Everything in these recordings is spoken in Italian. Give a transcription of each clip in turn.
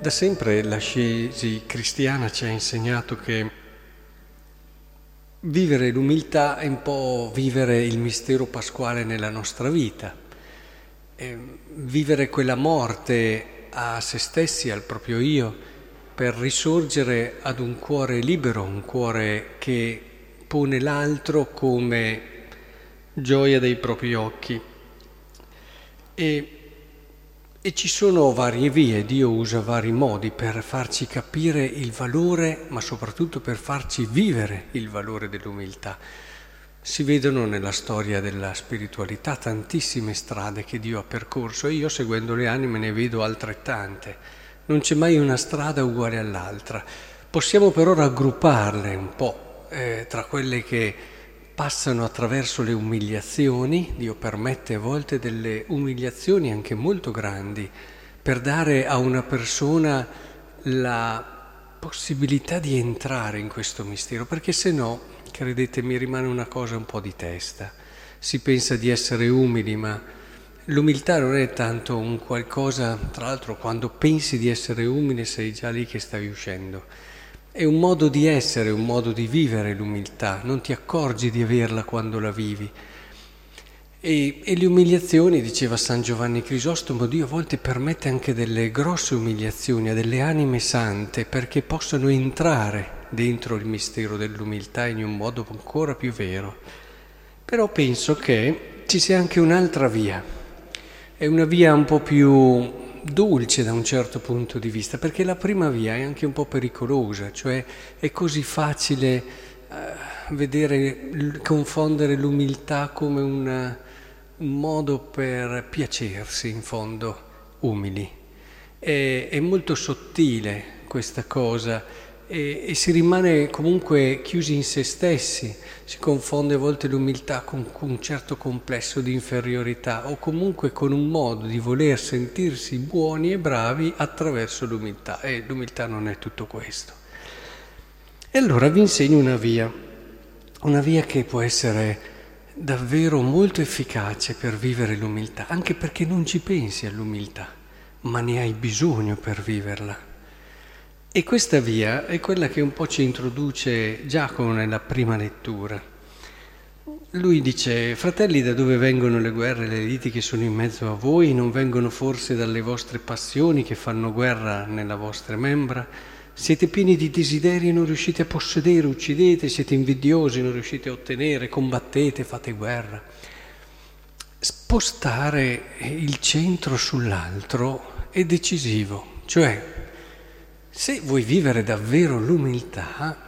Da sempre l'ascesi cristiana ci ha insegnato che vivere l'umiltà è un po' vivere il mistero pasquale nella nostra vita, vivere quella morte a se stessi, al proprio io, per risorgere ad un cuore libero, un cuore che pone l'altro come gioia dei propri occhi. E ci sono varie vie, Dio usa vari modi per farci capire il valore, ma soprattutto per farci vivere il valore dell'umiltà. Si vedono nella storia della spiritualità tantissime strade che Dio ha percorso e io, seguendo le anime, ne vedo altrettante. Non c'è mai una strada uguale all'altra. Possiamo però raggrupparle un po' tra quelle che passano attraverso le umiliazioni. Dio permette a volte delle umiliazioni anche molto grandi per dare a una persona la possibilità di entrare in questo mistero, perché se no, credetemi, rimane una cosa un po' di testa. Si pensa di essere umili, ma l'umiltà non è tanto un qualcosa, tra l'altro quando pensi di essere umile sei già lì che stai uscendo. È un modo di essere, un modo di vivere l'umiltà, non ti accorgi di averla quando la vivi. E le umiliazioni, diceva San Giovanni Crisostomo, Dio a volte permette anche delle grosse umiliazioni a delle anime sante perché possano entrare dentro il mistero dell'umiltà in un modo ancora più vero. Però penso che ci sia anche un'altra via, è una via un po' più dolce da un certo punto di vista, perché la prima via è anche un po' pericolosa, cioè è così facile confondere l'umiltà come un modo per piacersi, in fondo, umili. È molto sottile questa cosa e si rimane comunque chiusi in se stessi, si confonde a volte l'umiltà con un certo complesso di inferiorità o comunque con un modo di voler sentirsi buoni e bravi attraverso l'umiltà, e l'umiltà non è tutto questo. E allora vi insegno una via che può essere davvero molto efficace per vivere l'umiltà, anche perché non ci pensi all'umiltà, ma ne hai bisogno per viverla. E questa via è quella che un po' ci introduce Giacomo nella prima lettura. Lui dice: fratelli, da dove vengono le guerre e le liti che sono in mezzo a voi? Non vengono forse dalle vostre passioni che fanno guerra nelle vostre membra? Siete pieni di desideri e non riuscite a possedere, uccidete, siete invidiosi, non riuscite a ottenere, combattete, fate guerra. Spostare il centro sull'altro è decisivo, cioè se vuoi vivere davvero l'umiltà,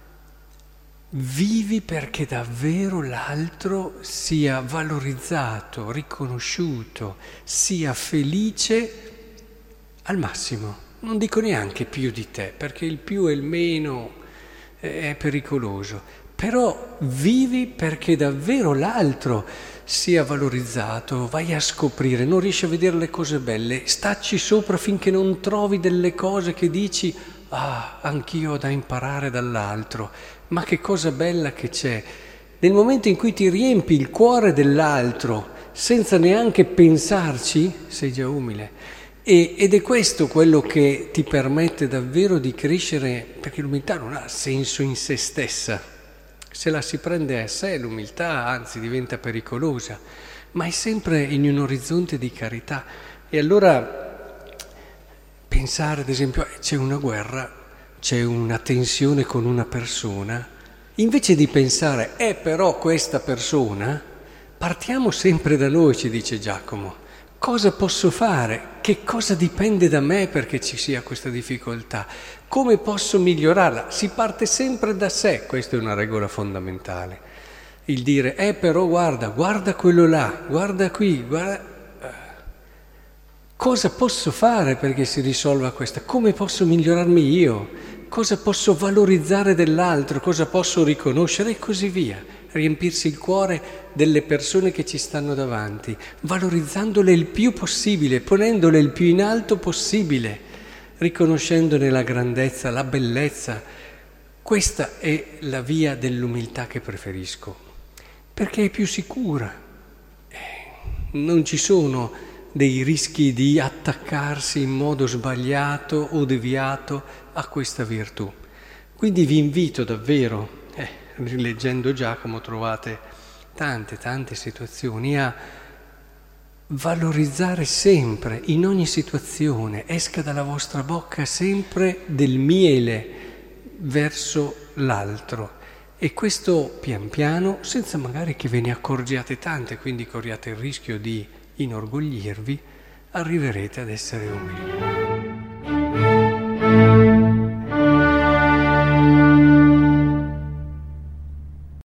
vivi perché davvero l'altro sia valorizzato, riconosciuto, sia felice al massimo. Non dico neanche più di te, perché il più e il meno è pericoloso, però vivi perché davvero l'altro sia valorizzato, vai a scoprire, non riesci a vedere le cose belle, stacci sopra finché non trovi delle cose che dici: ah, anch'io ho da imparare dall'altro, ma che cosa bella che c'è. Nel momento in cui ti riempi il cuore dell'altro senza neanche pensarci, sei già umile. Ed è questo quello che ti permette davvero di crescere, perché l'umiltà non ha senso in se stessa. Se la si prende a sé l'umiltà, anzi, diventa pericolosa, ma è sempre in un orizzonte di carità. E allora pensare, ad esempio, c'è una guerra, c'è una tensione con una persona, invece di pensare, però questa persona, partiamo sempre da noi, ci dice Giacomo. Cosa posso fare? Che cosa dipende da me perché ci sia questa difficoltà? Come posso migliorarla? Si parte sempre da sé, questa è una regola fondamentale. Il dire, però guarda quello là, guarda qui, guarda. Cosa posso fare perché si risolva questa? Come posso migliorarmi io? Cosa posso valorizzare dell'altro? Cosa posso riconoscere? E così via. Riempirsi il cuore delle persone che ci stanno davanti, valorizzandole il più possibile, ponendole il più in alto possibile, riconoscendone la grandezza, la bellezza. Questa è la via dell'umiltà che preferisco, perché è più sicura. Non ci sono dei rischi di attaccarsi in modo sbagliato o deviato a questa virtù. Quindi vi invito davvero, rileggendo Giacomo trovate tante situazioni, a valorizzare sempre, in ogni situazione, esca dalla vostra bocca sempre del miele verso l'altro. E questo pian piano, senza magari che ve ne accorgiate tante, quindi corriate il rischio di inorgoglirvi, arriverete ad essere umili.